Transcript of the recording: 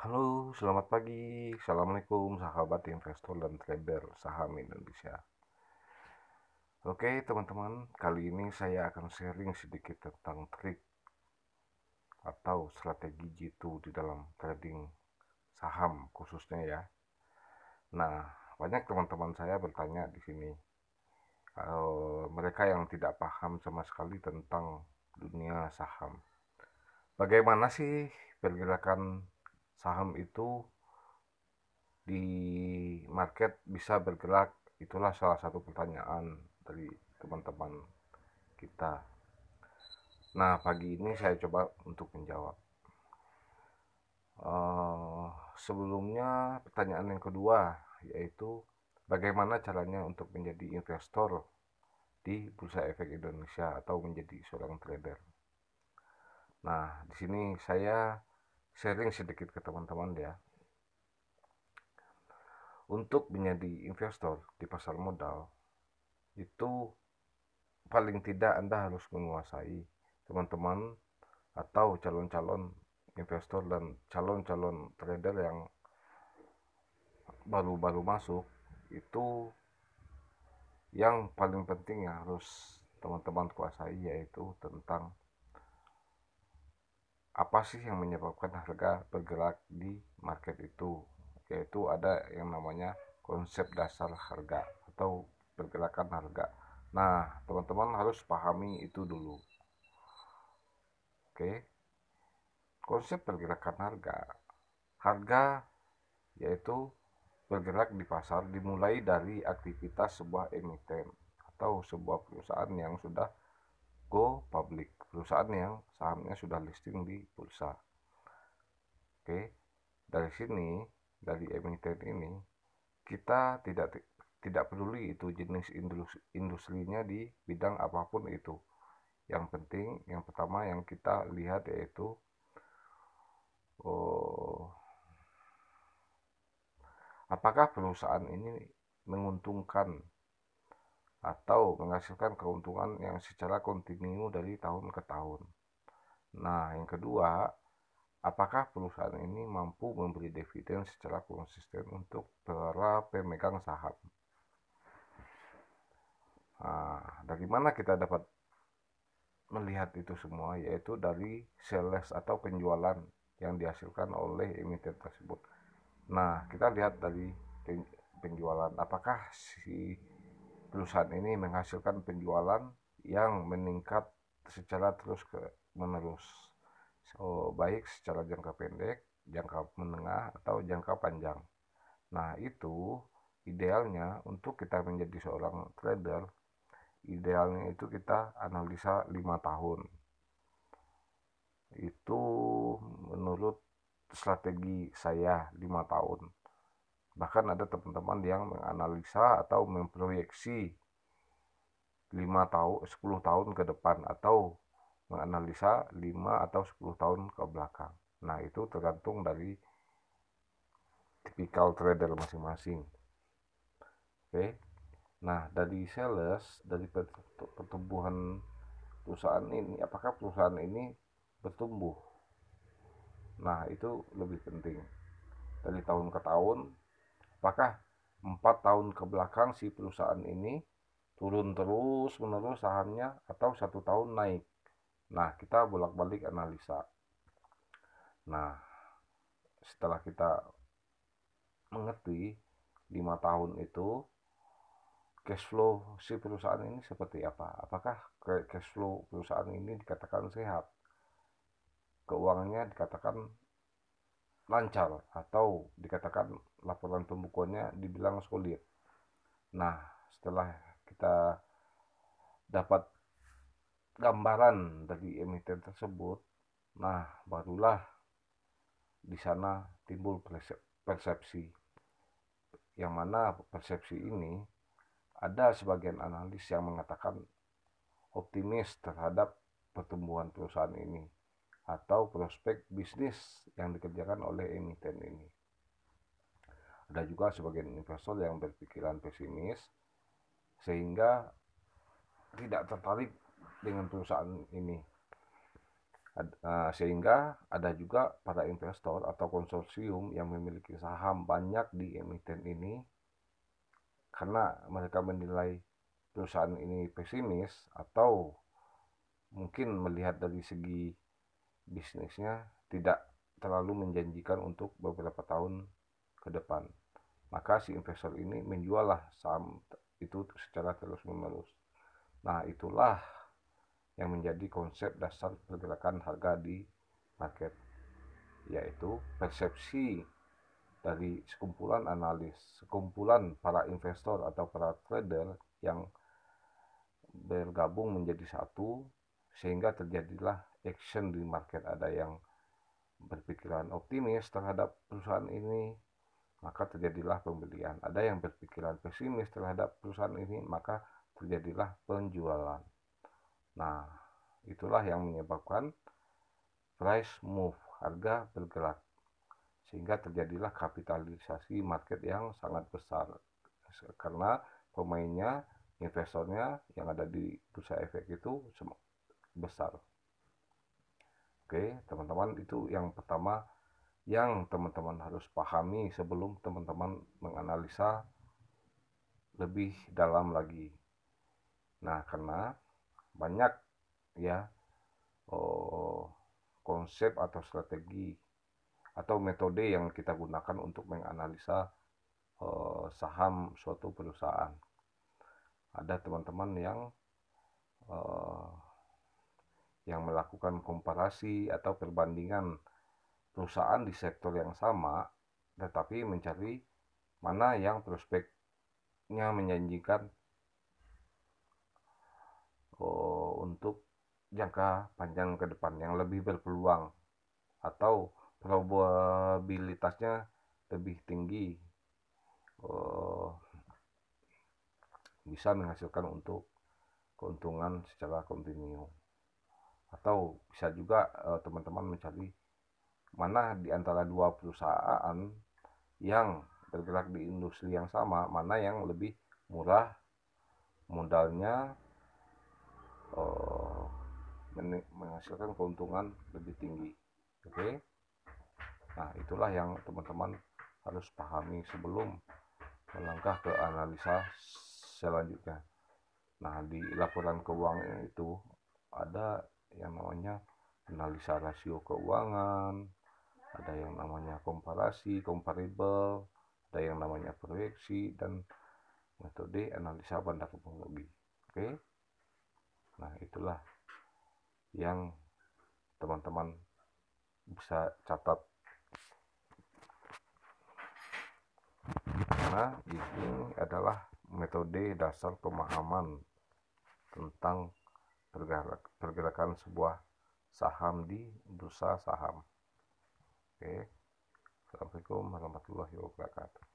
Halo, selamat pagi. Assalamualaikum sahabat investor dan trader saham Indonesia. Oke, teman-teman, kali ini saya akan sharing sedikit tentang trik atau strategi jitu di dalam trading saham khususnya ya. Nah, banyak teman-teman saya bertanya di sini, mereka yang tidak paham sama sekali tentang dunia saham. Bagaimana sih pergerakan saham itu di market bisa bergerak? Itulah salah satu pertanyaan dari teman-teman kita. Nah, pagi ini saya coba untuk menjawab. Uh, Sebelumnya pertanyaan yang kedua yaitu bagaimana caranya untuk menjadi investor di Bursa Efek Indonesia atau menjadi seorang trader. Nah, di sini saya sharing sedikit ke teman-teman ya. Untuk menjadi investor di pasar modal itu paling tidak Anda harus menguasai, teman-teman atau calon-calon investor dan calon-calon trader yang baru-baru masuk itu, yang paling penting yang harus teman-teman kuasai yaitu tentang apa sih yang menyebabkan harga bergerak di market itu, yaitu ada yang namanya konsep dasar harga atau pergerakan harga. Nah, teman-teman harus pahami itu dulu. Oke, konsep pergerakan harga. Harga yaitu bergerak di pasar dimulai dari aktivitas sebuah emiten atau sebuah perusahaan yang sudah go public, perusahaan yang sahamnya sudah listing di bursa. Oke, dari sini, dari emiten ini kita tidak peduli itu jenis industrinya di bidang apapun itu. Yang penting, yang pertama yang kita lihat yaitu oh, apakah perusahaan ini menguntungkan atau menghasilkan keuntungan yang secara kontinu dari tahun ke tahun. Nah, yang kedua, apakah perusahaan ini mampu memberi dividen secara konsisten untuk para pemegang saham. Nah, dari mana kita dapat melihat itu semua? Yaitu dari sales atau penjualan yang dihasilkan oleh emiten tersebut. Nah, kita lihat dari penjualan, apakah si perusahaan ini menghasilkan penjualan yang meningkat secara terus menerus, baik secara jangka pendek, jangka menengah, atau jangka panjang. Nah, itu idealnya untuk kita menjadi seorang trader, idealnya itu kita analisa 5 tahun. Itu menurut strategi saya 5 tahun. Bahkan ada teman-teman yang menganalisa atau memproyeksi 5 tahun, 10 tahun ke depan, atau menganalisa 5 atau 10 tahun ke belakang. Nah, itu tergantung dari tipikal trader masing-masing. Oke. Nah, dari sales, dari pertumbuhan perusahaan ini, apakah perusahaan ini bertumbuh? Nah, itu lebih penting. Dari tahun ke tahun, apakah 4 tahun ke belakang si perusahaan ini turun terus menerus sahamnya atau 1 tahun naik? Nah, kita bolak-balik analisa. Nah, setelah kita mengerti 5 tahun itu cash flow si perusahaan ini seperti apa, apakah cash flow perusahaan ini dikatakan sehat, keuangannya dikatakan lancar, atau dikatakan laporan pembukuannya dibilang solid. Nah, setelah kita dapat gambaran dari emiten tersebut, nah barulah di sana timbul persepsi, yang mana persepsi ini ada sebagian analis yang mengatakan optimis terhadap pertumbuhan perusahaan ini atau prospek bisnis yang dikerjakan oleh emiten ini. Ada juga sebagian investor yang berpikiran pesimis sehingga tidak tertarik dengan perusahaan ini. Sehingga ada juga para investor atau konsorsium yang memiliki saham banyak di emiten ini karena mereka menilai perusahaan ini pesimis atau mungkin melihat dari segi bisnisnya tidak terlalu menjanjikan untuk beberapa tahun ke depan. Maka si investor ini menjuallah saham itu secara terus-menerus. Nah, itulah yang menjadi konsep dasar pergerakan harga di market, yaitu persepsi dari sekumpulan analis, sekumpulan para investor atau para trader yang bergabung menjadi satu sehingga terjadilah action di market. Ada yang berpikiran optimis terhadap perusahaan ini, maka terjadilah pembelian. Ada yang berpikiran pesimis terhadap perusahaan ini, maka terjadilah penjualan. Nah, itulah yang menyebabkan price move, harga bergerak, sehingga terjadilah kapitalisasi market yang sangat besar karena pemainnya, investornya yang ada di bursa efek itu besar. Oke, teman-teman, itu yang pertama yang teman-teman harus pahami sebelum teman-teman menganalisa lebih dalam lagi. Nah, karena banyak ya konsep atau strategi atau metode yang kita gunakan untuk menganalisa saham suatu perusahaan. Ada teman-teman yang melakukan komparasi atau perbandingan perusahaan di sektor yang sama, tetapi mencari mana yang prospeknya menjanjikan untuk jangka panjang ke depan, yang lebih berpeluang atau probabilitasnya lebih tinggi bisa menghasilkan untuk keuntungan secara kontinu. Atau bisa juga teman-teman mencari mana di antara dua perusahaan yang bergerak di industri yang sama, mana yang lebih murah modalnya, menghasilkan keuntungan lebih tinggi. Oke. Nah, itulah yang teman-teman harus pahami sebelum melangkah ke analisa selanjutnya. Nah, di laporan keuangan itu ada yang namanya analisa rasio keuangan, ada yang namanya komparasi, comparable, ada yang namanya proyeksi, dan metode analisa bandar teknologi. Oke. Nah, itulah yang teman-teman bisa catat, karena ini adalah metode dasar pemahaman tentang pergerakan sebuah saham di bursa saham. Oke. Assalamualaikum warahmatullahi wabarakatuh.